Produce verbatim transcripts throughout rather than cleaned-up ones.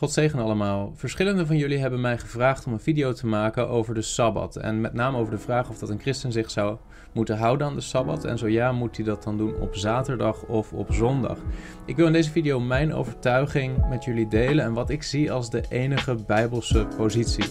God zegen allemaal. Verschillende van jullie hebben mij gevraagd om een video te maken over de Sabbat. En met name over de vraag of dat een christen zich zou moeten houden aan de Sabbat. En zo ja, moet hij dat dan doen op zaterdag of op zondag. Ik wil in deze video mijn overtuiging met jullie delen en wat ik zie als de enige Bijbelse positie.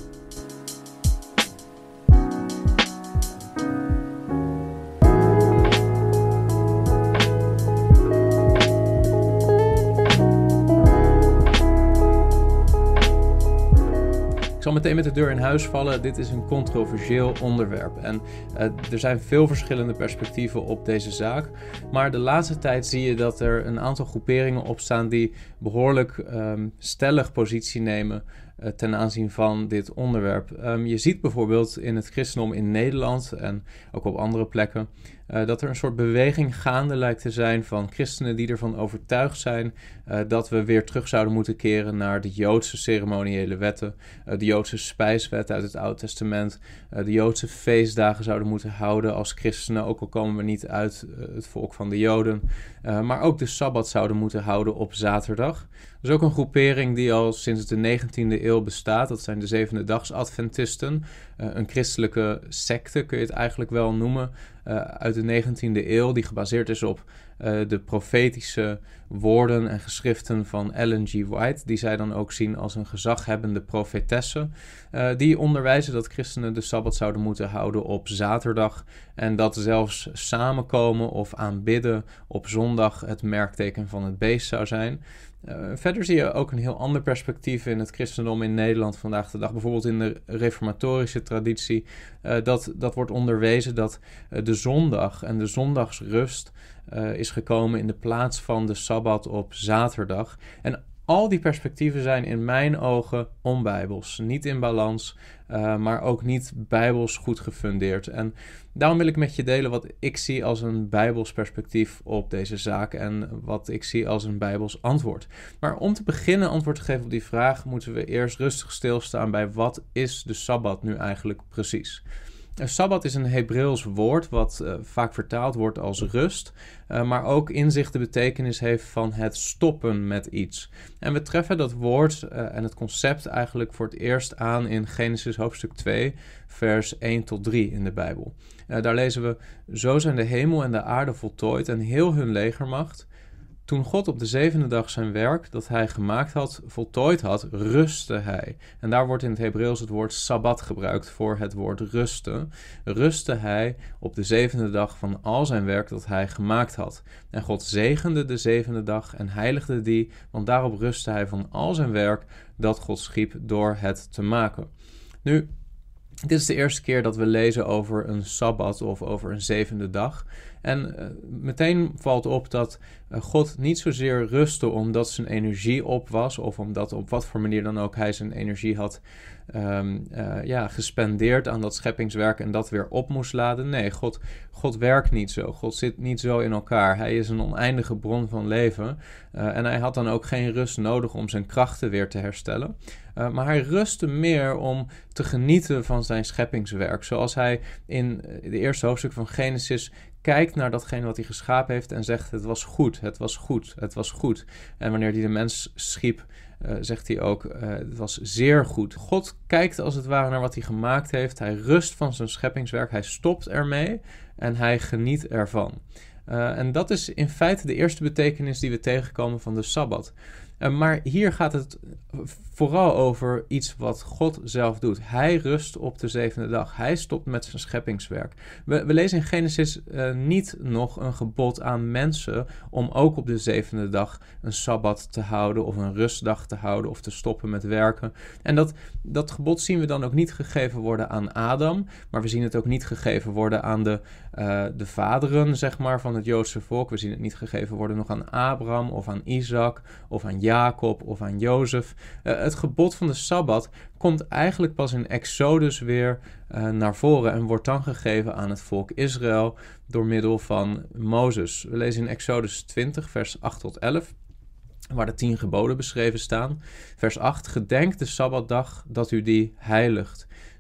Ik zal meteen met de deur in huis vallen. Dit is een controversieel onderwerp en uh, er zijn veel verschillende perspectieven op deze zaak. Maar de laatste tijd zie je dat er een aantal groeperingen opstaan die behoorlijk um, stellig positie nemen uh, ten aanzien van dit onderwerp. Um, je ziet bijvoorbeeld in het christendom in Nederland en ook op andere plekken uh, dat er een soort beweging gaande lijkt te zijn van christenen die ervan overtuigd zijn uh, dat we weer terug zouden moeten keren naar de Joodse ceremoniële wetten, uh, de Joodse spijswet uit het Oude Testament, uh, de Joodse feestdagen zouden moeten houden als christenen, ook al komen we niet uit uh, het volk van de Joden, uh, maar ook de Sabbat zouden moeten houden op zaterdag. Er is ook een groepering die al sinds de negentiende eeuw bestaat, dat zijn de Zevende-dags-adventisten, uh, een christelijke secte kun je het eigenlijk wel noemen, uh, uit de negentiende eeuw, die gebaseerd is op uh, de profetische woorden en geschriften van Ellen G. White, die zij dan ook zien als een gezaghebbende profetesse. Uh, die onderwijzen dat christenen de Sabbat zouden moeten houden op zaterdag en dat zelfs samenkomen of aanbidden op zondag het merkteken van het beest zou zijn. Uh, verder zie je ook een heel ander perspectief in het christendom in Nederland vandaag de dag. Bijvoorbeeld in de reformatorische traditie. Uh, dat, dat wordt onderwezen dat uh, de zondag en de zondagsrust uh, is gekomen in de plaats van de Sabbat op zaterdag. En al die perspectieven zijn in mijn ogen onbijbels. Niet in balans, uh, maar ook niet bijbels goed gefundeerd. En daarom wil ik met je delen wat ik zie als een bijbels perspectief op deze zaak en wat ik zie als een bijbels antwoord. Maar om te beginnen antwoord te geven op die vraag, moeten we eerst rustig stilstaan bij wat is de Sabbat nu eigenlijk precies. Een Sabbat is een Hebreeuws woord wat uh, vaak vertaald wordt als rust, uh, maar ook in zich de betekenis heeft van het stoppen met iets. En we treffen dat woord uh, en het concept eigenlijk voor het eerst aan in Genesis hoofdstuk twee, vers één tot drie in de Bijbel. Uh, daar lezen we: Zo zijn de hemel en de aarde voltooid en heel hun legermacht. Toen God op de zevende dag zijn werk dat hij gemaakt had, voltooid had, rustte hij. En daar wordt in het Hebreeuws het woord sabbat gebruikt voor het woord rusten. Rustte hij op de zevende dag van al zijn werk dat hij gemaakt had. En God zegende de zevende dag en heiligde die, want daarop rustte hij van al zijn werk dat God schiep door het te maken. Nu, dit is de eerste keer dat we lezen over een Sabbat of over een zevende dag. En uh, meteen valt op dat uh, God niet zozeer rustte omdat zijn energie op was, of omdat op wat voor manier dan ook hij zijn energie had um, uh, ja, gespendeerd aan dat scheppingswerk en dat weer op moest laden. Nee, God, God werkt niet zo. God zit niet zo in elkaar. Hij is een oneindige bron van leven. Uh, en hij had dan ook geen rust nodig om zijn krachten weer te herstellen. Uh, maar hij rustte meer om te genieten van zijn scheppingswerk. Zoals hij in de eerste hoofdstuk van Genesis kijkt naar datgene wat hij geschapen heeft en zegt: het was goed, het was goed, het was goed. En wanneer hij de mens schiep, uh, zegt hij ook: uh, het was zeer goed. God kijkt als het ware naar wat hij gemaakt heeft. Hij rust van zijn scheppingswerk, hij stopt ermee en hij geniet ervan. Uh, en dat is in feite de eerste betekenis die we tegenkomen van de Sabbat. Uh, maar hier gaat het vooral over iets wat God zelf doet. Hij rust op de zevende dag. Hij stopt met zijn scheppingswerk. We, we lezen in Genesis uh, niet nog een gebod aan mensen om ook op de zevende dag een Sabbat te houden of een rustdag te houden of te stoppen met werken. En dat, dat gebod zien we dan ook niet gegeven worden aan Adam, maar we zien het ook niet gegeven worden aan de, uh, de vaderen, zeg maar, van het Joodse volk. We zien het niet gegeven worden nog aan Abraham of aan Isaac of aan Jacob of aan Jozef. Uh, het gebod van de Sabbat komt eigenlijk pas in Exodus weer uh, naar voren en wordt dan gegeven aan het volk Israël door middel van Mozes. We lezen in Exodus twintig, vers acht tot elf, waar de tien geboden beschreven staan. Vers acht: Gedenk de Sabbatdag dat u die heiligt.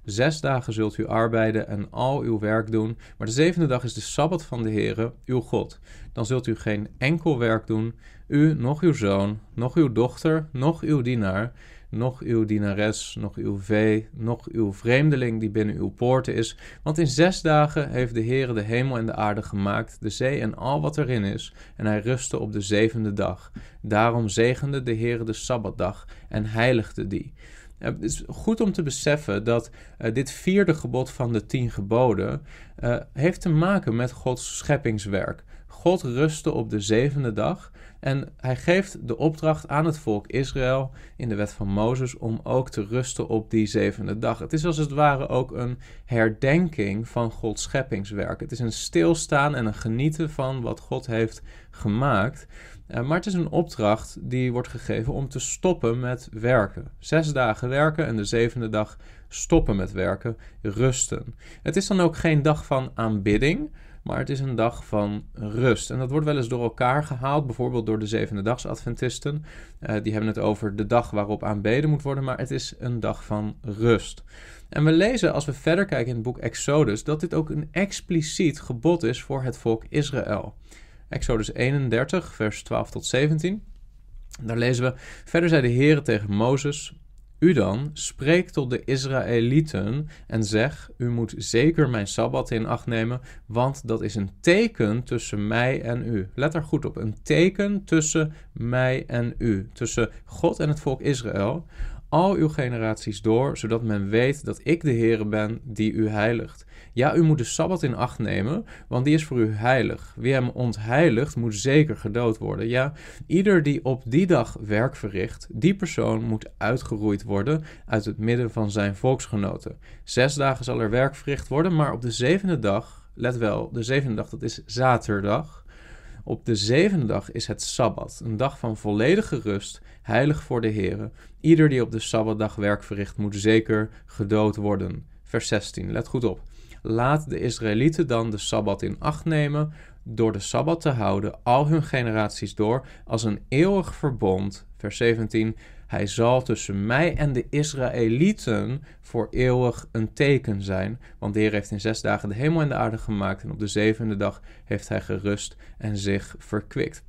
Zes dagen zult u arbeiden en al uw werk doen, maar de zevende dag is de Sabbat van de Heere, uw God. Dan zult u geen enkel werk doen, u, nog uw zoon, nog uw dochter, nog uw dienaar, nog uw dienares, nog uw vee, nog uw vreemdeling die binnen uw poorten is. Want in zes dagen heeft de Heere de hemel en de aarde gemaakt, de zee en al wat erin is, en hij rustte op de zevende dag. Daarom zegende de Heere de Sabbatdag en heiligde die. Het is goed om te beseffen dat uh, dit vierde gebod van de tien geboden uh, heeft te maken met Gods scheppingswerk. God rustte op de zevende dag en hij geeft de opdracht aan het volk Israël in de wet van Mozes om ook te rusten op die zevende dag. Het is als het ware ook een herdenking van Gods scheppingswerk. Het is een stilstaan en een genieten van wat God heeft gemaakt. Uh, maar het is een opdracht die wordt gegeven om te stoppen met werken. Zes dagen werken en de zevende dag stoppen met werken, rusten. Het is dan ook geen dag van aanbidding, maar het is een dag van rust. En dat wordt wel eens door elkaar gehaald, bijvoorbeeld door de zevende-dags-adventisten. Uh, die hebben het over de dag waarop aanbeden moet worden, maar het is een dag van rust. En we lezen, als we verder kijken in het boek Exodus, dat dit ook een expliciet gebod is voor het volk Israël. Exodus eenendertig, vers twaalf tot zeventien. Daar lezen we: Verder zei de Heere tegen Mozes: U dan, spreek tot de Israëlieten en zeg: U moet zeker mijn Sabbat in acht nemen, want dat is een teken tussen mij en u. Let daar goed op, een teken tussen mij en u, tussen God en het volk Israël, al uw generaties door, zodat men weet dat ik de Heere ben die u heiligt. Ja, u moet de Sabbat in acht nemen, want die is voor u heilig. Wie hem ontheiligt, moet zeker gedood worden. Ja, ieder die op die dag werk verricht, die persoon moet uitgeroeid worden uit het midden van zijn volksgenoten. Zes dagen zal er werk verricht worden, maar op de zevende dag, let wel, de zevende dag, dat is zaterdag. Op de zevende dag is het Sabbat, een dag van volledige rust, heilig voor de Heere. Ieder die op de Sabbatdag werk verricht, moet zeker gedood worden. Vers zestien, let goed op. Laat de Israëlieten dan de Sabbat in acht nemen, door de Sabbat te houden, al hun generaties door, als een eeuwig verbond. Vers zeventien, hij zal tussen mij en de Israëlieten voor eeuwig een teken zijn, want de Heer heeft in zes dagen de hemel en de aarde gemaakt en op de zevende dag heeft hij gerust en zich verkwikt.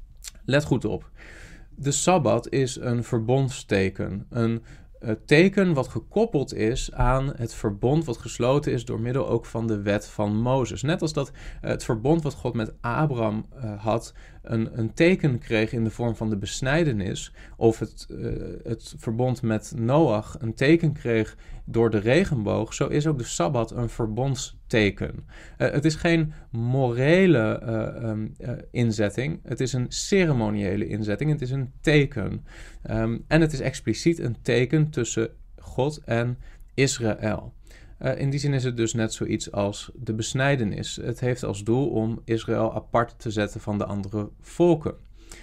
Let goed op. De Sabbat is een verbondsteken, een Het teken wat gekoppeld is aan het verbond wat gesloten is door middel ook van de wet van Mozes. Net als dat het verbond wat God met Abraham uh, had een, een teken kreeg in de vorm van de besnijdenis, of het, uh, het verbond met Noach een teken kreeg door de regenboog, zo is ook de Sabbat een verbondsteken. Uh, het is geen morele uh, um, uh, inzetting, het is een ceremoniële inzetting, het is een teken. Um, en het is expliciet een teken tussen God en Israël. Uh, in die zin is het dus net zoiets als de besnijdenis. Het heeft als doel om Israël apart te zetten van de andere volken.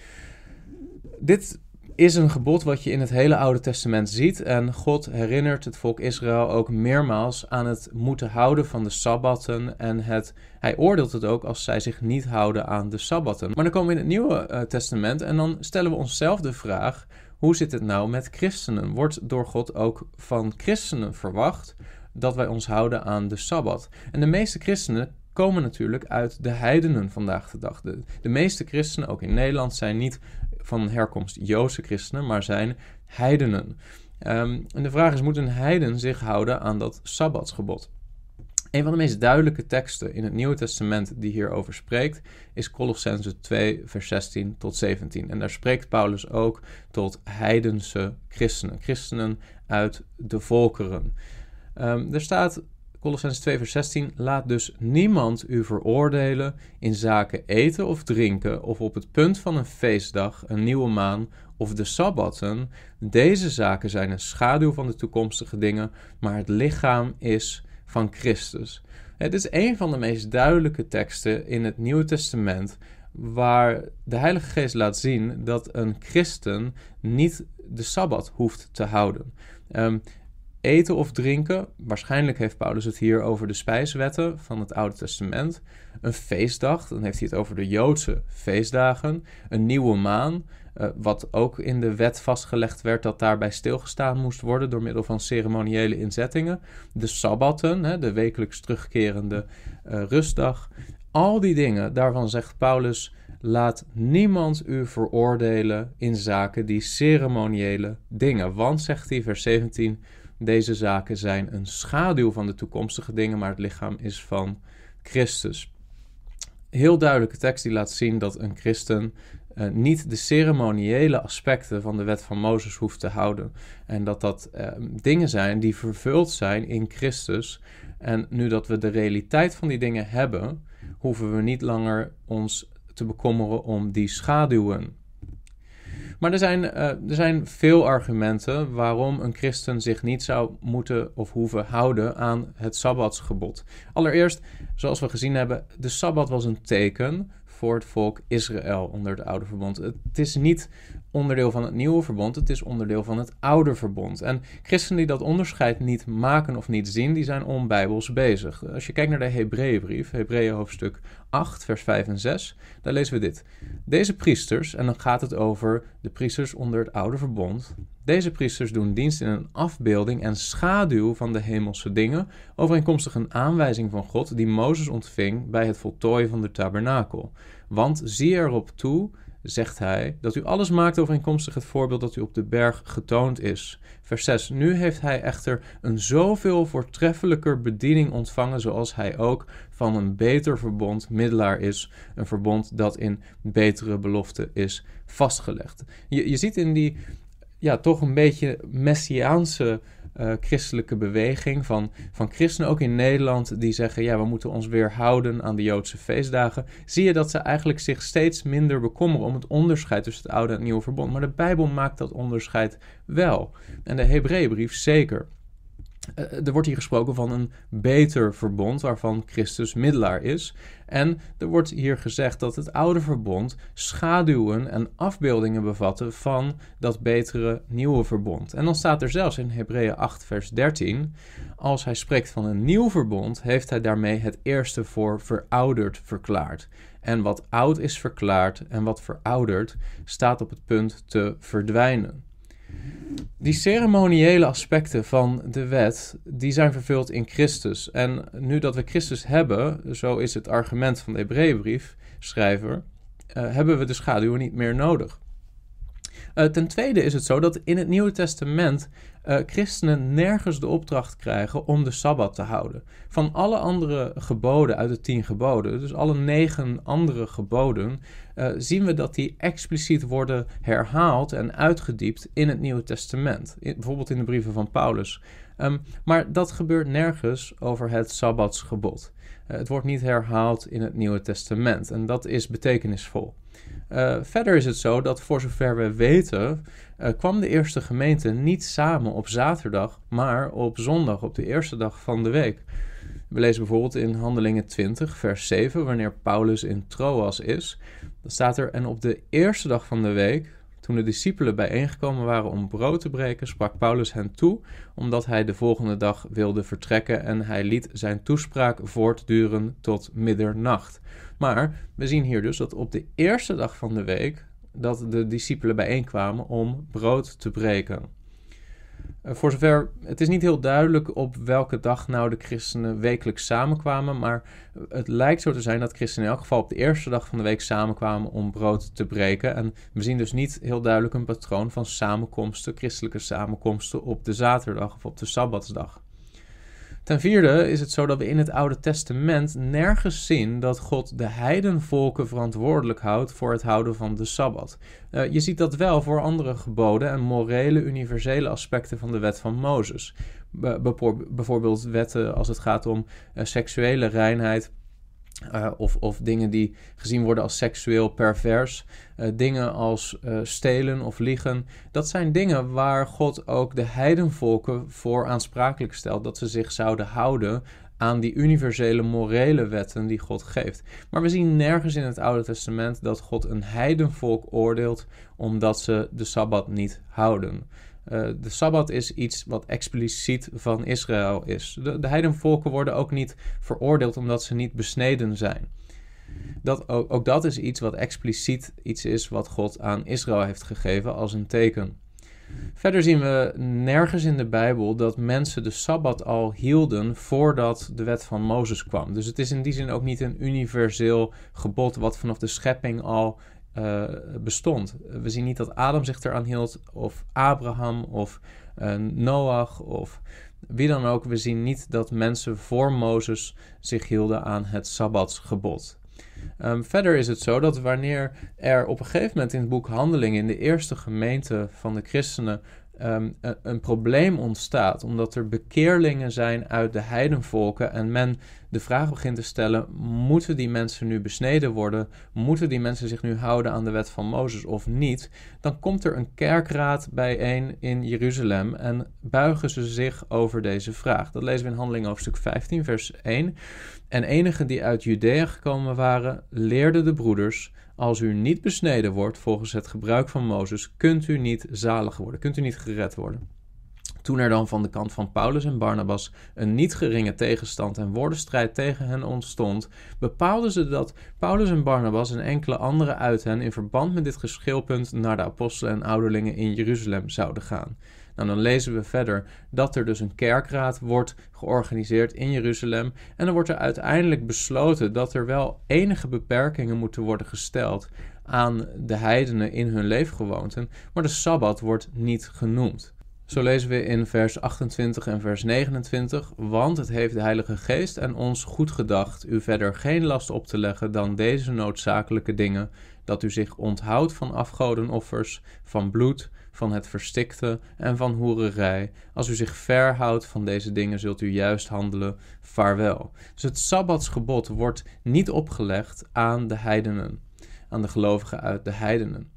Dit is een gebod wat je in het hele Oude Testament ziet. En God herinnert het volk Israël ook meermaals aan het moeten houden van de Sabbatten. En het, hij oordeelt het ook als zij zich niet houden aan de Sabbatten. Maar dan komen we in het Nieuwe uh, Testament en dan stellen we onszelf de vraag: hoe zit het nou met christenen? Wordt door God ook van christenen verwacht dat wij ons houden aan de Sabbat? En de meeste christenen komen natuurlijk uit de heidenen vandaag de dag. De, de meeste christenen, ook in Nederland, zijn niet van herkomst Joodse christenen, maar zijn heidenen. Um, en de vraag is, moet een heiden zich houden aan dat Sabbatsgebod? Een van de meest duidelijke teksten in het Nieuwe Testament die hierover spreekt, is Kolossenzen twee, vers zestien tot zeventien. En daar spreekt Paulus ook tot heidense christenen, christenen uit de volkeren. Um, er staat, Kolossenzen twee, vers zestien, laat dus niemand u veroordelen in zaken eten of drinken, of op het punt van een feestdag, een nieuwe maan of de Sabbatten. Deze zaken zijn een schaduw van de toekomstige dingen, maar het lichaam is van Christus. Het is een van de meest duidelijke teksten in het Nieuwe Testament waar de Heilige Geest laat zien dat een christen niet de Sabbat hoeft te houden. Um, eten of drinken, waarschijnlijk heeft Paulus het hier over de spijswetten van het Oude Testament. Een feestdag, dan heeft hij het over de Joodse feestdagen. Een nieuwe maan, uh, wat ook in de wet vastgelegd werd dat daarbij stilgestaan moest worden door middel van ceremoniële inzettingen. De sabbatten, hè, de wekelijks terugkerende uh, rustdag. Al die dingen, daarvan zegt Paulus, laat niemand u veroordelen in zaken die ceremoniële dingen. Want, zegt hij, vers zeventien, deze zaken zijn een schaduw van de toekomstige dingen, maar het lichaam is van Christus. Heel duidelijke tekst die laat zien dat een christen uh, niet de ceremoniële aspecten van de wet van Mozes hoeft te houden. En dat dat uh, dingen zijn die vervuld zijn in Christus. En nu dat we de realiteit van die dingen hebben, hoeven we niet langer ons te bekommeren om die schaduwen. Maar er zijn, uh, er zijn veel argumenten waarom een christen zich niet zou moeten of hoeven houden aan het sabbatsgebod. Allereerst, zoals we gezien hebben, de sabbat was een teken voor het volk Israël onder het oude verbond. Het is niet onderdeel van het nieuwe verbond, het is onderdeel van het oude verbond. En christenen die dat onderscheid niet maken of niet zien, die zijn onbijbels bezig. Als je kijkt naar de Hebreeënbrief, Hebreeën hoofdstuk acht, vers vijf en zes, daar lezen we dit. Deze priesters, en dan gaat het over de priesters onder het oude verbond, deze priesters doen dienst in een afbeelding en schaduw van de hemelse dingen, overeenkomstig een aanwijzing van God die Mozes ontving bij het voltooien van de tabernakel. Want zie erop toe, zegt hij, dat u alles maakt overeenkomstig het voorbeeld dat u op de berg getoond is. Vers zes. Nu heeft hij echter een zoveel voortreffelijker bediening ontvangen, zoals hij ook van een beter verbond middelaar is. Een verbond dat in betere belofte is vastgelegd. Je, je ziet in die ja, toch een beetje messiaanse Uh, christelijke beweging van, van christenen, ook in Nederland, die zeggen, ja, we moeten ons weer houden aan de Joodse feestdagen, zie je dat ze eigenlijk zich steeds minder bekommeren om het onderscheid tussen het oude en het nieuwe verbond. Maar de Bijbel maakt dat onderscheid wel. En de Hebreeënbrief zeker. Uh, er wordt hier gesproken van een beter verbond waarvan Christus middelaar is. En er wordt hier gezegd dat het oude verbond schaduwen en afbeeldingen bevatte van dat betere nieuwe verbond. En dan staat er zelfs in Hebreeën acht vers dertien, als hij spreekt van een nieuw verbond, heeft hij daarmee het eerste voor verouderd verklaard. En wat oud is verklaard en wat verouderd staat op het punt te verdwijnen. Die ceremoniële aspecten van de wet, die zijn vervuld in Christus. En nu dat we Christus hebben, zo is het argument van de Hebreeënbrief schrijver, uh, hebben we de schaduwen niet meer nodig. Uh, ten tweede is het zo dat in het Nieuwe Testament uh, christenen nergens de opdracht krijgen om de Sabbat te houden. Van alle andere geboden uit de tien geboden, dus alle negen andere geboden, uh, zien we dat die expliciet worden herhaald en uitgediept in het Nieuwe Testament. In, bijvoorbeeld in de brieven van Paulus. Um, maar dat gebeurt nergens over het Sabbatsgebod. Uh, het wordt niet herhaald in het Nieuwe Testament en dat is betekenisvol. Uh, verder is het zo dat voor zover we weten, uh, kwam de eerste gemeente niet samen op zaterdag, maar op zondag, op de eerste dag van de week. We lezen bijvoorbeeld in Handelingen twintig, vers zeven, wanneer Paulus in Troas is. Dan staat er, en op de eerste dag van de week, toen de discipelen bijeengekomen waren om brood te breken, sprak Paulus hen toe, omdat hij de volgende dag wilde vertrekken en hij liet zijn toespraak voortduren tot middernacht. Maar we zien hier dus dat op de eerste dag van de week dat de discipelen bijeenkwamen om brood te breken. Uh, voor zover, het is niet heel duidelijk op welke dag nou de christenen wekelijks samenkwamen, maar het lijkt zo te zijn dat christenen in elk geval op de eerste dag van de week samenkwamen om brood te breken. En we zien dus niet heel duidelijk een patroon van samenkomsten, christelijke samenkomsten op de zaterdag of op de sabbatsdag. Ten vierde is het zo dat we in het Oude Testament nergens zien dat God de heidenvolken verantwoordelijk houdt voor het houden van de Sabbat. Uh, je ziet dat wel voor andere geboden en morele universele aspecten van de wet van Mozes. Be- bijvoorbeeld wetten als het gaat om uh, seksuele reinheid. Uh, of, of dingen die gezien worden als seksueel pervers. Uh, dingen als uh, stelen of liegen. Dat zijn dingen waar God ook de heidenvolken voor aansprakelijk stelt. Dat ze zich zouden houden aan die universele morele wetten die God geeft. Maar we zien nergens in het Oude Testament dat God een heidenvolk oordeelt omdat ze de Sabbat niet houden. Uh, de Sabbat is iets wat expliciet van Israël is. De, de heidenvolken worden ook niet veroordeeld omdat ze niet besneden zijn. Dat, ook, ook dat is iets wat expliciet iets is wat God aan Israël heeft gegeven als een teken. Verder zien we nergens in de Bijbel dat mensen de Sabbat al hielden voordat de wet van Mozes kwam. Dus het is in die zin ook niet een universeel gebod wat vanaf de schepping al uh, bestond. We zien niet dat Adam zich eraan hield, of Abraham, of uh, Noach, of wie dan ook. We zien niet dat mensen voor Mozes zich hielden aan het Sabbatsgebod. Um, verder is het zo dat wanneer er op een gegeven moment in het boek Handelingen, in de eerste gemeente van de christenen, um, een, een probleem ontstaat, omdat er bekeerlingen zijn uit de heidenvolken en men de vraag begint te stellen, moeten die mensen nu besneden worden? Moeten die mensen zich nu houden aan de wet van Mozes of niet? Dan komt er een kerkraad bijeen in Jeruzalem en buigen ze zich over deze vraag. Dat lezen we in Handelingen hoofdstuk vijftien, vers één. En enigen die uit Judea gekomen waren, leerden de broeders, als u niet besneden wordt volgens het gebruik van Mozes, kunt u niet zalig worden, kunt u niet gered worden. Toen er dan van de kant van Paulus en Barnabas een niet geringe tegenstand en woordenstrijd tegen hen ontstond, bepaalden ze dat Paulus en Barnabas en enkele anderen uit hen in verband met dit geschilpunt naar de apostelen en ouderlingen in Jeruzalem zouden gaan. Nou, dan lezen we verder dat er dus een kerkraad wordt georganiseerd in Jeruzalem en dan wordt er uiteindelijk besloten dat er wel enige beperkingen moeten worden gesteld aan de heidenen in hun leefgewoonten, maar de Sabbat wordt niet genoemd. Zo lezen we in vers achtentwintig en vers negenentwintig, want het heeft de Heilige Geest en ons goed gedacht u verder geen last op te leggen dan deze noodzakelijke dingen, dat u zich onthoudt van afgodenoffers, van bloed, van het verstikte en van hoererij. Als u zich verhoudt van deze dingen, zult u juist handelen. Vaarwel. Dus het Sabbatsgebod wordt niet opgelegd aan de heidenen, aan de gelovigen uit de heidenen.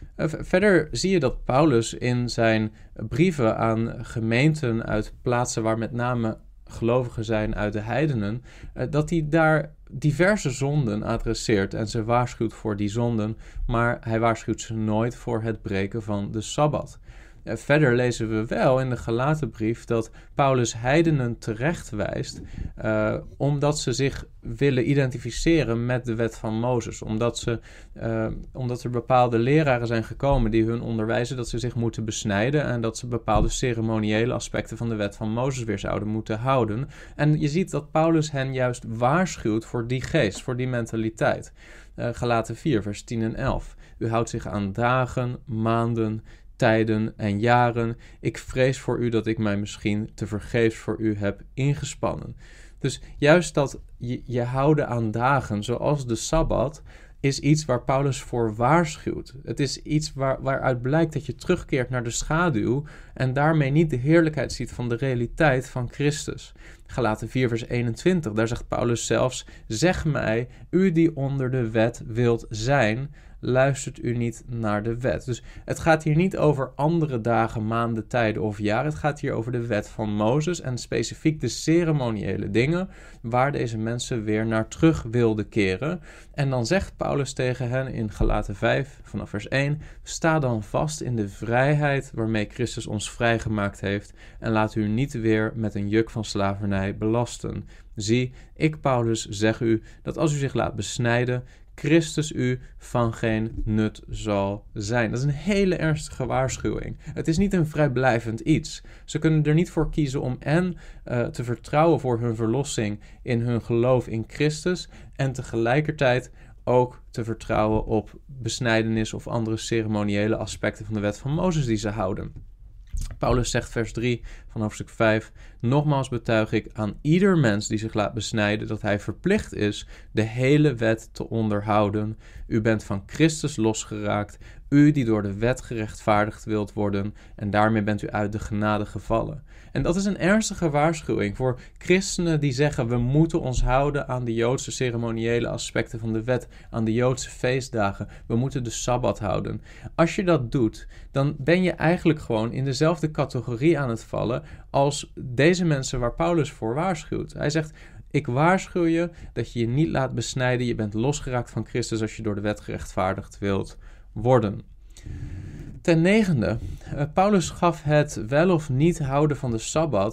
Verder zie je dat Paulus in zijn brieven aan gemeenten uit plaatsen waar met name gelovigen zijn uit de heidenen, dat hij daar diverse zonden adresseert en ze waarschuwt voor die zonden, maar hij waarschuwt ze nooit voor het breken van de Sabbat. Verder lezen we wel in de Galatenbrief dat Paulus heidenen terechtwijst uh, omdat ze zich willen identificeren met de wet van Mozes. Omdat, ze, uh, omdat er bepaalde leraren zijn gekomen die hun onderwijzen dat ze zich moeten besnijden en dat ze bepaalde ceremoniële aspecten van de wet van Mozes weer zouden moeten houden. En je ziet dat Paulus hen juist waarschuwt voor die geest, voor die mentaliteit. Uh, Galaten vier, vers tien en elf. U houdt zich aan dagen, maanden, tijden en jaren. Ik vrees voor u dat ik mij misschien tevergeefs voor u heb ingespannen. Dus juist dat je, je houden aan dagen, zoals de Sabbat, is iets waar Paulus voor waarschuwt. Het is iets waar, waaruit blijkt dat je terugkeert naar de schaduw en daarmee niet de heerlijkheid ziet van de realiteit van Christus. Galaten vier vers eenentwintig, daar zegt Paulus zelfs, zeg mij, u die onder de wet wilt zijn, luistert u niet naar de wet. Dus het gaat hier niet over andere dagen, maanden, tijden of jaren. Het gaat hier over de wet van Mozes en specifiek de ceremoniële dingen waar deze mensen weer naar terug wilden keren. En dan zegt Paulus tegen hen in Galaten vijf vanaf vers één, sta dan vast in de vrijheid waarmee Christus ons vrijgemaakt heeft en laat u niet weer met een juk van slavernij belasten. Zie, ik Paulus zeg u dat als u zich laat besnijden, Christus u van geen nut zal zijn. Dat is een hele ernstige waarschuwing. Het is niet een vrijblijvend iets. Ze kunnen er niet voor kiezen om en uh, te vertrouwen voor hun verlossing in hun geloof in Christus en tegelijkertijd ook te vertrouwen op besnijdenis of andere ceremoniële aspecten van de wet van Mozes die ze houden. Paulus zegt vers drie van hoofdstuk vijf, nogmaals betuig ik aan ieder mens die zich laat besnijden dat hij verplicht is de hele wet te onderhouden. U bent van Christus losgeraakt, u die door de wet gerechtvaardigd wilt worden en daarmee bent u uit de genade gevallen. En dat is een ernstige waarschuwing voor christenen die zeggen we moeten ons houden aan de Joodse ceremoniële aspecten van de wet, aan de Joodse feestdagen. We moeten de Sabbat houden. Als je dat doet, dan ben je eigenlijk gewoon in dezelfde categorie aan het vallen als deze mensen waar Paulus voor waarschuwt. Hij zegt, ik waarschuw je dat je je niet laat besnijden. Je bent losgeraakt van Christus als je door de wet gerechtvaardigd wilt worden. Ten negende, Paulus gaf het wel of niet houden van de Sabbat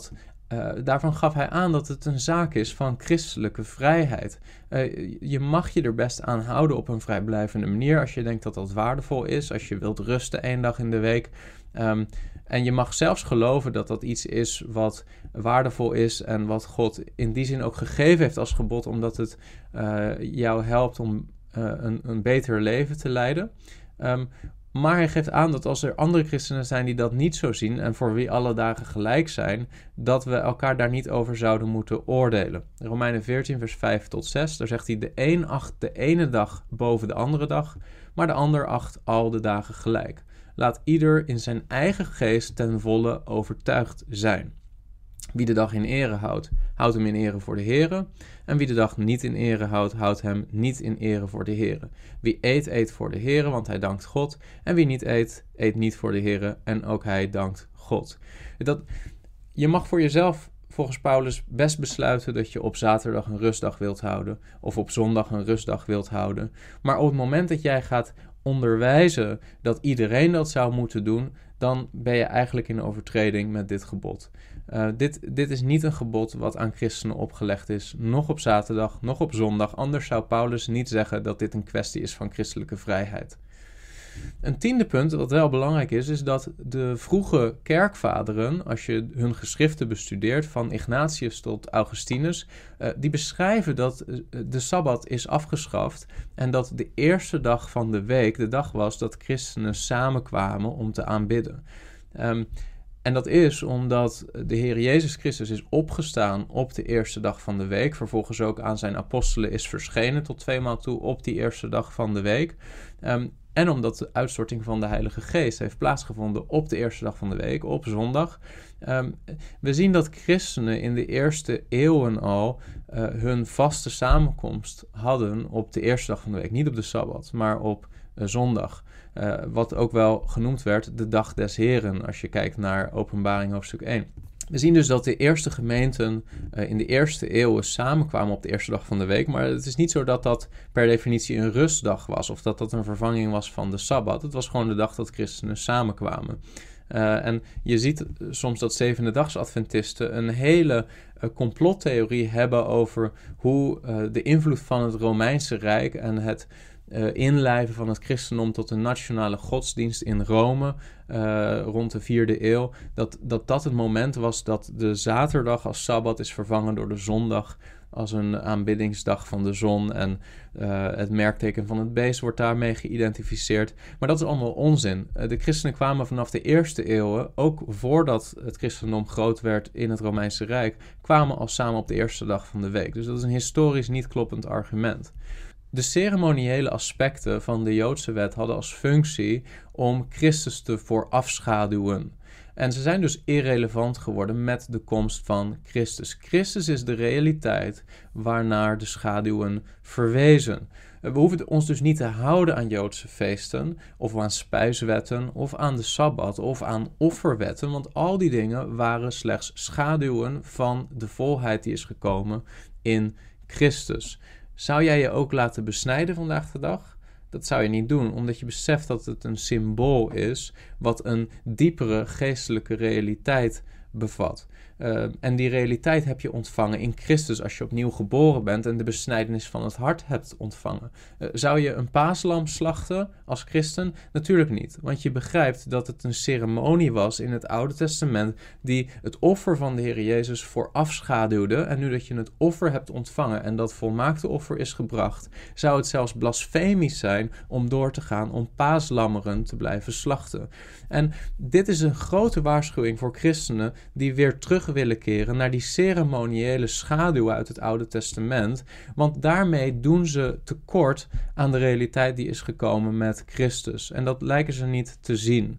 Uh, daarvan gaf hij aan dat het een zaak is van christelijke vrijheid. Uh, je mag je er best aan houden op een vrijblijvende manier als je denkt dat dat waardevol is, als je wilt rusten één dag in de week. Um, en je mag zelfs geloven dat dat iets is wat waardevol is en wat God in die zin ook gegeven heeft als gebod, omdat het uh, jou helpt om uh, een, een beter leven te leiden. Um, Maar hij geeft aan dat als er andere christenen zijn die dat niet zo zien en voor wie alle dagen gelijk zijn, dat we elkaar daar niet over zouden moeten oordelen. Romeinen veertien vers vijf tot zes, daar zegt hij: de een acht de ene dag boven de andere dag, maar de ander acht al de dagen gelijk. Laat ieder in zijn eigen geest ten volle overtuigd zijn. Wie de dag in ere houdt, houdt hem in ere voor de Here. En wie de dag niet in ere houdt, houdt hem niet in ere voor de Here. Wie eet, eet voor de Here, want hij dankt God. En wie niet eet, eet niet voor de Here, en ook hij dankt God. Dat, je mag voor jezelf volgens Paulus best besluiten dat je op zaterdag een rustdag wilt houden, of op zondag een rustdag wilt houden. Maar op het moment dat jij gaat onderwijzen dat iedereen dat zou moeten doen, dan ben je eigenlijk in overtreding met dit gebod. Uh, dit, dit is niet een gebod wat aan christenen opgelegd is, nog op zaterdag, nog op zondag. Anders zou Paulus niet zeggen dat dit een kwestie is van christelijke vrijheid. Een tiende punt, wat wel belangrijk is, is dat de vroege kerkvaderen, als je hun geschriften bestudeert, van Ignatius tot Augustinus, uh, die beschrijven dat de Sabbat is afgeschaft en dat de eerste dag van de week de dag was dat christenen samenkwamen om te aanbidden. Um, En dat is omdat de Heer Jezus Christus is opgestaan op de eerste dag van de week. Vervolgens ook aan zijn apostelen is verschenen tot tweemaal toe op die eerste dag van de week. Um, en omdat de uitstorting van de Heilige Geest heeft plaatsgevonden op de eerste dag van de week, op zondag. Um, we zien dat christenen in de eerste eeuwen al uh, hun vaste samenkomst hadden op de eerste dag van de week. Niet op de Sabbat, maar op uh, zondag. Uh, wat ook wel genoemd werd de dag des Heren, als je kijkt naar Openbaring hoofdstuk één. We zien dus dat de eerste gemeenten uh, in de eerste eeuwen samenkwamen op de eerste dag van de week, maar het is niet zo dat dat per definitie een rustdag was, of dat dat een vervanging was van de Sabbat. Het was gewoon de dag dat christenen samenkwamen. Uh, en je ziet soms dat Zevendedagsadventisten een hele uh, complottheorie hebben over hoe uh, de invloed van het Romeinse Rijk en het Uh, inlijven van het christendom tot een nationale godsdienst in Rome uh, rond de vierde eeuw, dat, dat dat het moment was dat de zaterdag als Sabbat is vervangen door de zondag als een aanbiddingsdag van de zon en uh, het merkteken van het beest wordt daarmee geïdentificeerd. Maar dat is allemaal onzin. Uh, de christenen kwamen vanaf de eerste eeuwen, ook voordat het christendom groot werd in het Romeinse Rijk, kwamen al samen op de eerste dag van de week. Dus dat is een historisch niet kloppend argument. De ceremoniële aspecten van de Joodse wet hadden als functie om Christus te voorafschaduwen. En ze zijn dus irrelevant geworden met de komst van Christus. Christus is de realiteit waarnaar de schaduwen verwezen. We hoeven ons dus niet te houden aan Joodse feesten, of aan spijswetten, of aan de Sabbat, of aan offerwetten, want al die dingen waren slechts schaduwen van de volheid die is gekomen in Christus. Zou jij je ook laten besnijden vandaag de dag? Dat zou je niet doen, omdat je beseft dat het een symbool is wat een diepere geestelijke realiteit bevat. Uh, en die realiteit heb je ontvangen in Christus als je opnieuw geboren bent en de besnijdenis van het hart hebt ontvangen. Uh, zou je een paaslam slachten als christen? Natuurlijk niet, want je begrijpt dat het een ceremonie was in het Oude Testament die het offer van de Heer Jezus voorafschaduwde. En nu dat je het offer hebt ontvangen en dat volmaakte offer is gebracht, zou het zelfs blasfemisch zijn om door te gaan om paaslammeren te blijven slachten. En dit is een grote waarschuwing voor christenen die weer terug willen keren naar die ceremoniële schaduw uit het Oude Testament, want daarmee doen ze tekort aan de realiteit die is gekomen met Christus. En dat lijken ze niet te zien.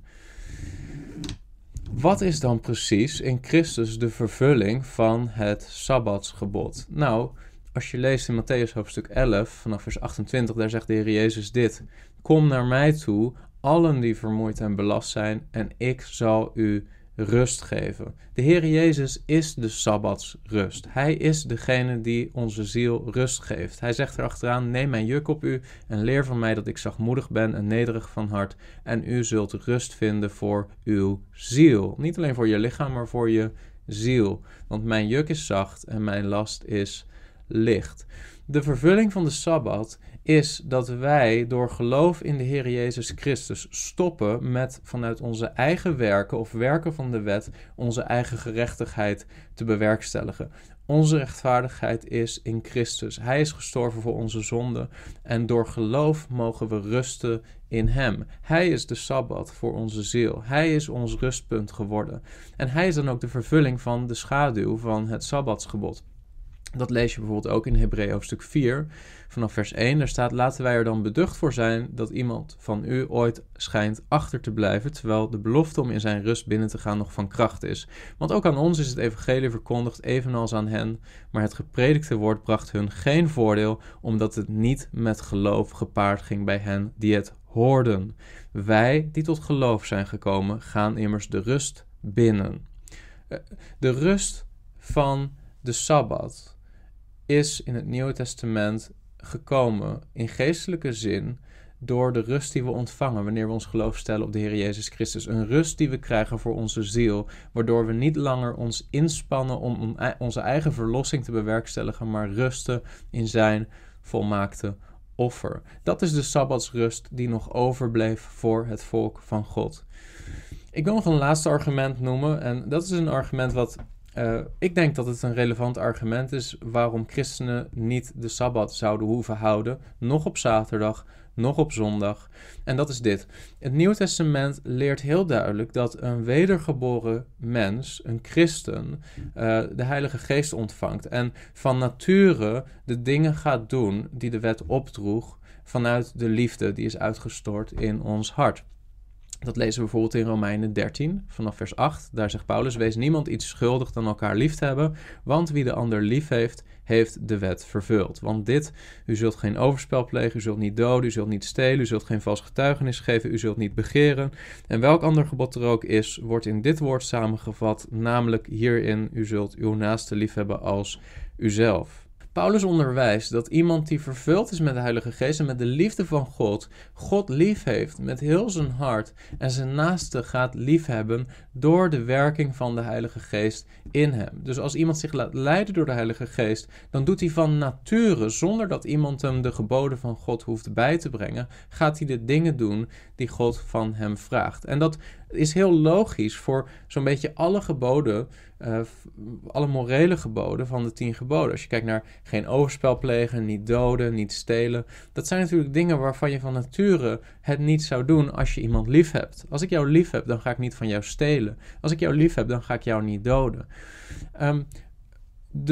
Wat is dan precies in Christus de vervulling van het Sabbatsgebod? Nou, als je leest in Mattheüs hoofdstuk elf, vanaf vers achtentwintig, daar zegt de Heer Jezus dit: Kom naar mij toe, allen die vermoeid en belast zijn, en ik zal u rust geven. De Heer Jezus is de Sabbatsrust. Hij is degene die onze ziel rust geeft. Hij zegt erachteraan: neem mijn juk op u en leer van mij dat ik zachtmoedig ben en nederig van hart, en u zult rust vinden voor uw ziel. Niet alleen voor je lichaam, maar voor je ziel. Want mijn juk is zacht en mijn last is licht. De vervulling van de Sabbat is dat wij door geloof in de Heer Jezus Christus stoppen met vanuit onze eigen werken of werken van de wet onze eigen gerechtigheid te bewerkstelligen. Onze rechtvaardigheid is in Christus. Hij is gestorven voor onze zonden en door geloof mogen we rusten in Hem. Hij is de Sabbat voor onze ziel. Hij is ons rustpunt geworden. En Hij is dan ook de vervulling van de schaduw van het Sabbatsgebod. Dat lees je bijvoorbeeld ook in Hebreeën hoofdstuk vier, vanaf vers één. Daar staat, laten wij er dan beducht voor zijn dat iemand van u ooit schijnt achter te blijven, terwijl de belofte om in zijn rust binnen te gaan nog van kracht is. Want ook aan ons is het evangelie verkondigd, evenals aan hen, maar het gepredikte woord bracht hun geen voordeel, omdat het niet met geloof gepaard ging bij hen die het hoorden. Wij, die tot geloof zijn gekomen, gaan immers de rust binnen. De rust van de Sabbat is in het Nieuwe Testament gekomen in geestelijke zin door de rust die we ontvangen wanneer we ons geloof stellen op de Heer Jezus Christus. Een rust die we krijgen voor onze ziel, waardoor we niet langer ons inspannen om onze eigen verlossing te bewerkstelligen, maar rusten in zijn volmaakte offer. Dat is de Sabbatsrust die nog overbleef voor het volk van God. Ik wil nog een laatste argument noemen en dat is een argument wat Uh, ik denk dat het een relevant argument is waarom christenen niet de Sabbat zouden hoeven houden, nog op zaterdag, nog op zondag. En dat is dit. Het Nieuwe Testament leert heel duidelijk dat een wedergeboren mens, een christen, uh, de Heilige Geest ontvangt en van nature de dingen gaat doen die de wet opdroeg vanuit de liefde die is uitgestort in ons hart. Dat lezen we bijvoorbeeld in Romeinen dertien, vanaf vers acht. Daar zegt Paulus, wees niemand iets schuldig dan elkaar lief te hebben, want wie de ander lief heeft, heeft de wet vervuld. Want dit, u zult geen overspel plegen, u zult niet doden, u zult niet stelen, u zult geen vals getuigenis geven, u zult niet begeren. En welk ander gebod er ook is, wordt in dit woord samengevat, namelijk hierin, u zult uw naaste lief hebben als uzelf. Paulus onderwijst dat iemand die vervuld is met de Heilige Geest en met de liefde van God, God lief heeft met heel zijn hart en zijn naaste gaat liefhebben door de werking van de Heilige Geest in hem. Dus als iemand zich laat leiden door de Heilige Geest, dan doet hij van nature, zonder dat iemand hem de geboden van God hoeft bij te brengen, gaat hij de dingen doen die God van hem vraagt. En dat is heel logisch voor zo'n beetje alle geboden, uh, alle morele geboden van de tien geboden. Als je kijkt naar geen overspel plegen, niet doden, niet stelen. Dat zijn natuurlijk dingen waarvan je van nature het niet zou doen als je iemand lief hebt. Als ik jou lief heb, dan ga ik niet van jou stelen. Als ik jou lief heb, dan ga ik jou niet doden. Um, de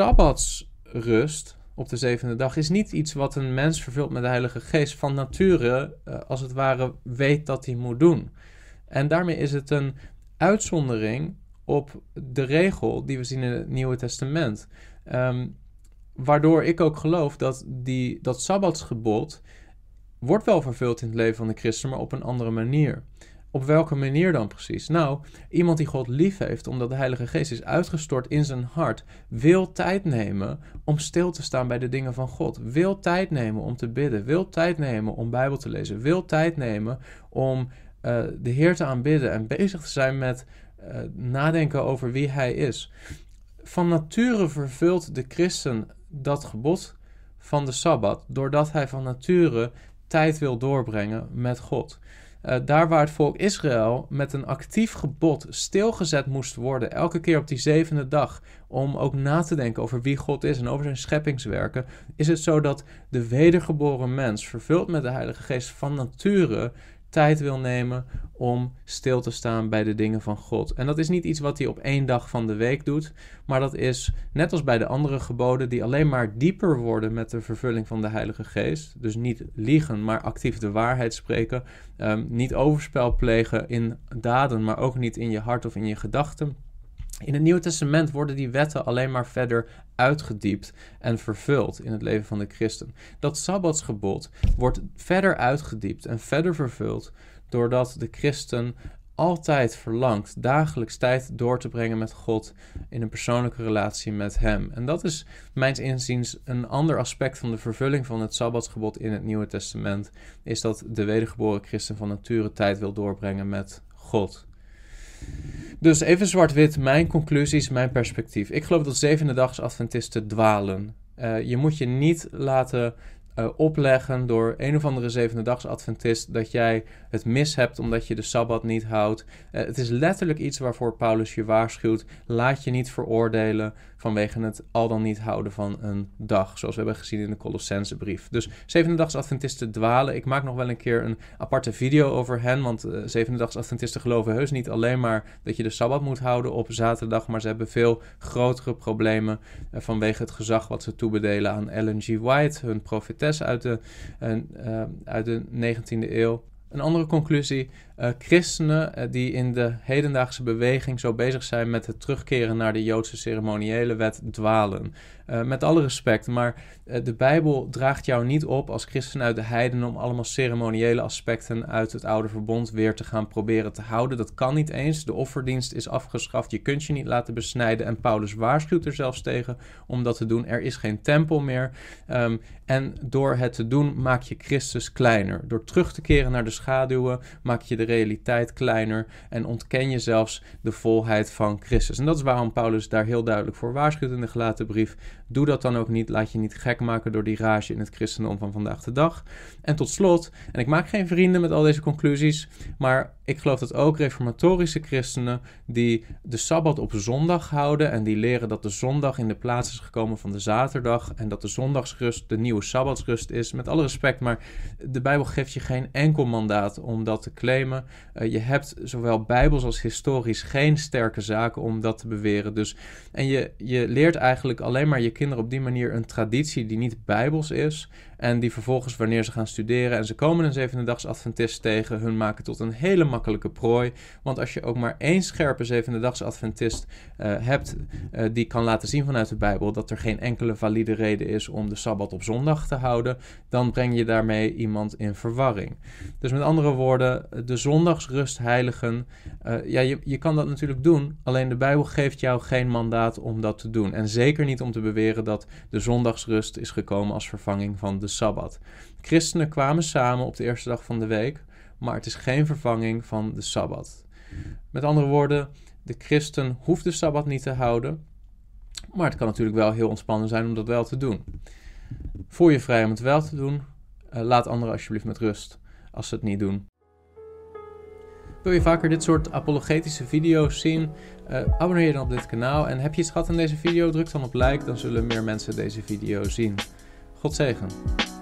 Sabbatsrust op de zevende dag is niet iets wat een mens vervult met de Heilige Geest van nature, uh, als het ware, weet dat hij moet doen. En daarmee is het een uitzondering op de regel die we zien in het Nieuwe Testament. Um, waardoor ik ook geloof dat die, dat Sabbatsgebod wordt wel vervuld in het leven van de christen, maar op een andere manier. Op welke manier dan precies? Nou, iemand die God lief heeft, omdat de Heilige Geest is uitgestort in zijn hart, wil tijd nemen om stil te staan bij de dingen van God. Wil tijd nemen om te bidden. Wil tijd nemen om Bijbel te lezen. Wil tijd nemen om Uh, de Heer te aanbidden en bezig te zijn met uh, nadenken over wie Hij is. Van nature vervult de christen dat gebod van de Sabbat, doordat hij van nature tijd wil doorbrengen met God. Uh, daar waar het volk Israël met een actief gebod stilgezet moest worden, elke keer op die zevende dag, om ook na te denken over wie God is en over zijn scheppingswerken, is het zo dat de wedergeboren mens, vervuld met de Heilige Geest, van nature tijd wil nemen om stil te staan bij de dingen van God. En dat is niet iets wat hij op één dag van de week doet, maar dat is, net als bij de andere geboden, die alleen maar dieper worden met de vervulling van de Heilige Geest. Dus niet liegen, maar actief de waarheid spreken. Um, niet overspel plegen in daden, maar ook niet in je hart of in je gedachten. In het Nieuwe Testament worden die wetten alleen maar verder uitgediept en vervuld in het leven van de christen. Dat Sabbatsgebod wordt verder uitgediept en verder vervuld doordat de christen altijd verlangt dagelijks tijd door te brengen met God in een persoonlijke relatie met Hem. En dat is mijns inziens een ander aspect van de vervulling van het Sabbatsgebod in het Nieuwe Testament, is dat de wedergeboren christen van nature tijd wil doorbrengen met God. Dus even zwart-wit, mijn conclusies, mijn perspectief. Ik geloof dat zevende-dags Adventisten dwalen. Uh, je moet je niet laten uh, opleggen door een of andere zevende-dags Adventist dat jij het mis hebt omdat je de Sabbat niet houdt. Uh, het is letterlijk iets waarvoor Paulus je waarschuwt. Laat je niet veroordelen vanwege het al dan niet houden van een dag, zoals we hebben gezien in de Colossensebrief. Dus zevende-dags Adventisten dwalen. Ik maak nog wel een keer een aparte video over hen, want uh, zevende-dags Adventisten geloven heus niet alleen maar dat je de Sabbat moet houden op zaterdag, maar ze hebben veel grotere problemen uh, vanwege het gezag wat ze toebedelen aan Ellen G. White, hun profetes uit de, uh, uh, uit de negentiende eeuw. Een andere conclusie, uh, christenen uh, die in de hedendaagse beweging zo bezig zijn met het terugkeren naar de Joodse ceremoniële wet dwalen. Uh, met alle respect, maar uh, de Bijbel draagt jou niet op als christen uit de heidenen om allemaal ceremoniële aspecten uit het oude verbond weer te gaan proberen te houden. Dat kan niet eens. De offerdienst is afgeschaft. Je kunt je niet laten besnijden en Paulus waarschuwt er zelfs tegen om dat te doen. Er is geen tempel meer. Um, en door het te doen maak je Christus kleiner. Door terug te keren naar de schaduwen maak je de realiteit kleiner en ontken je zelfs de volheid van Christus. En dat is waarom Paulus daar heel duidelijk voor waarschuwt in de Galatenbrief. Doe dat dan ook niet. Laat je niet gek maken door die rage in het christendom van vandaag de dag. En tot slot, en ik maak geen vrienden met al deze conclusies, maar ik geloof dat ook reformatorische christenen die de Sabbat op zondag houden en die leren dat de zondag in de plaats is gekomen van de zaterdag en dat de zondagsrust de nieuwe Sabbatsrust is. Met alle respect, maar de Bijbel geeft je geen enkel mandaat om dat te claimen. Uh, je hebt zowel bijbels als historisch geen sterke zaken om dat te beweren. Dus, en je, je leert eigenlijk alleen maar je kinderen op die manier een traditie die niet bijbels is en die vervolgens wanneer ze gaan studeren en ze komen een zevende-dags Adventist tegen, hun maken tot een hele makkelijke prooi. Want als je ook maar één scherpe zevende-dags Adventist uh, hebt uh, die kan laten zien vanuit de Bijbel dat er geen enkele valide reden is om de Sabbat op zondag te houden, dan breng je daarmee iemand in verwarring. Dus met andere woorden, de zondagsrust heiligen, uh, ja, je, je kan dat natuurlijk doen, alleen de Bijbel geeft jou geen mandaat om dat te doen. En zeker niet om te beweren dat de zondagsrust is gekomen als vervanging van de Sabbat. Christenen kwamen samen op de eerste dag van de week, maar het is geen vervanging van de Sabbat. Met andere woorden, de christen hoeft de Sabbat niet te houden, maar het kan natuurlijk wel heel ontspannen zijn om dat wel te doen. Voel je vrij om het wel te doen, uh, laat anderen alsjeblieft met rust als ze het niet doen. Wil je vaker dit soort apologetische video's zien? Uh, abonneer je dan op dit kanaal en heb je iets gehad aan deze video? Druk dan op like, dan zullen meer mensen deze video zien. God zegen.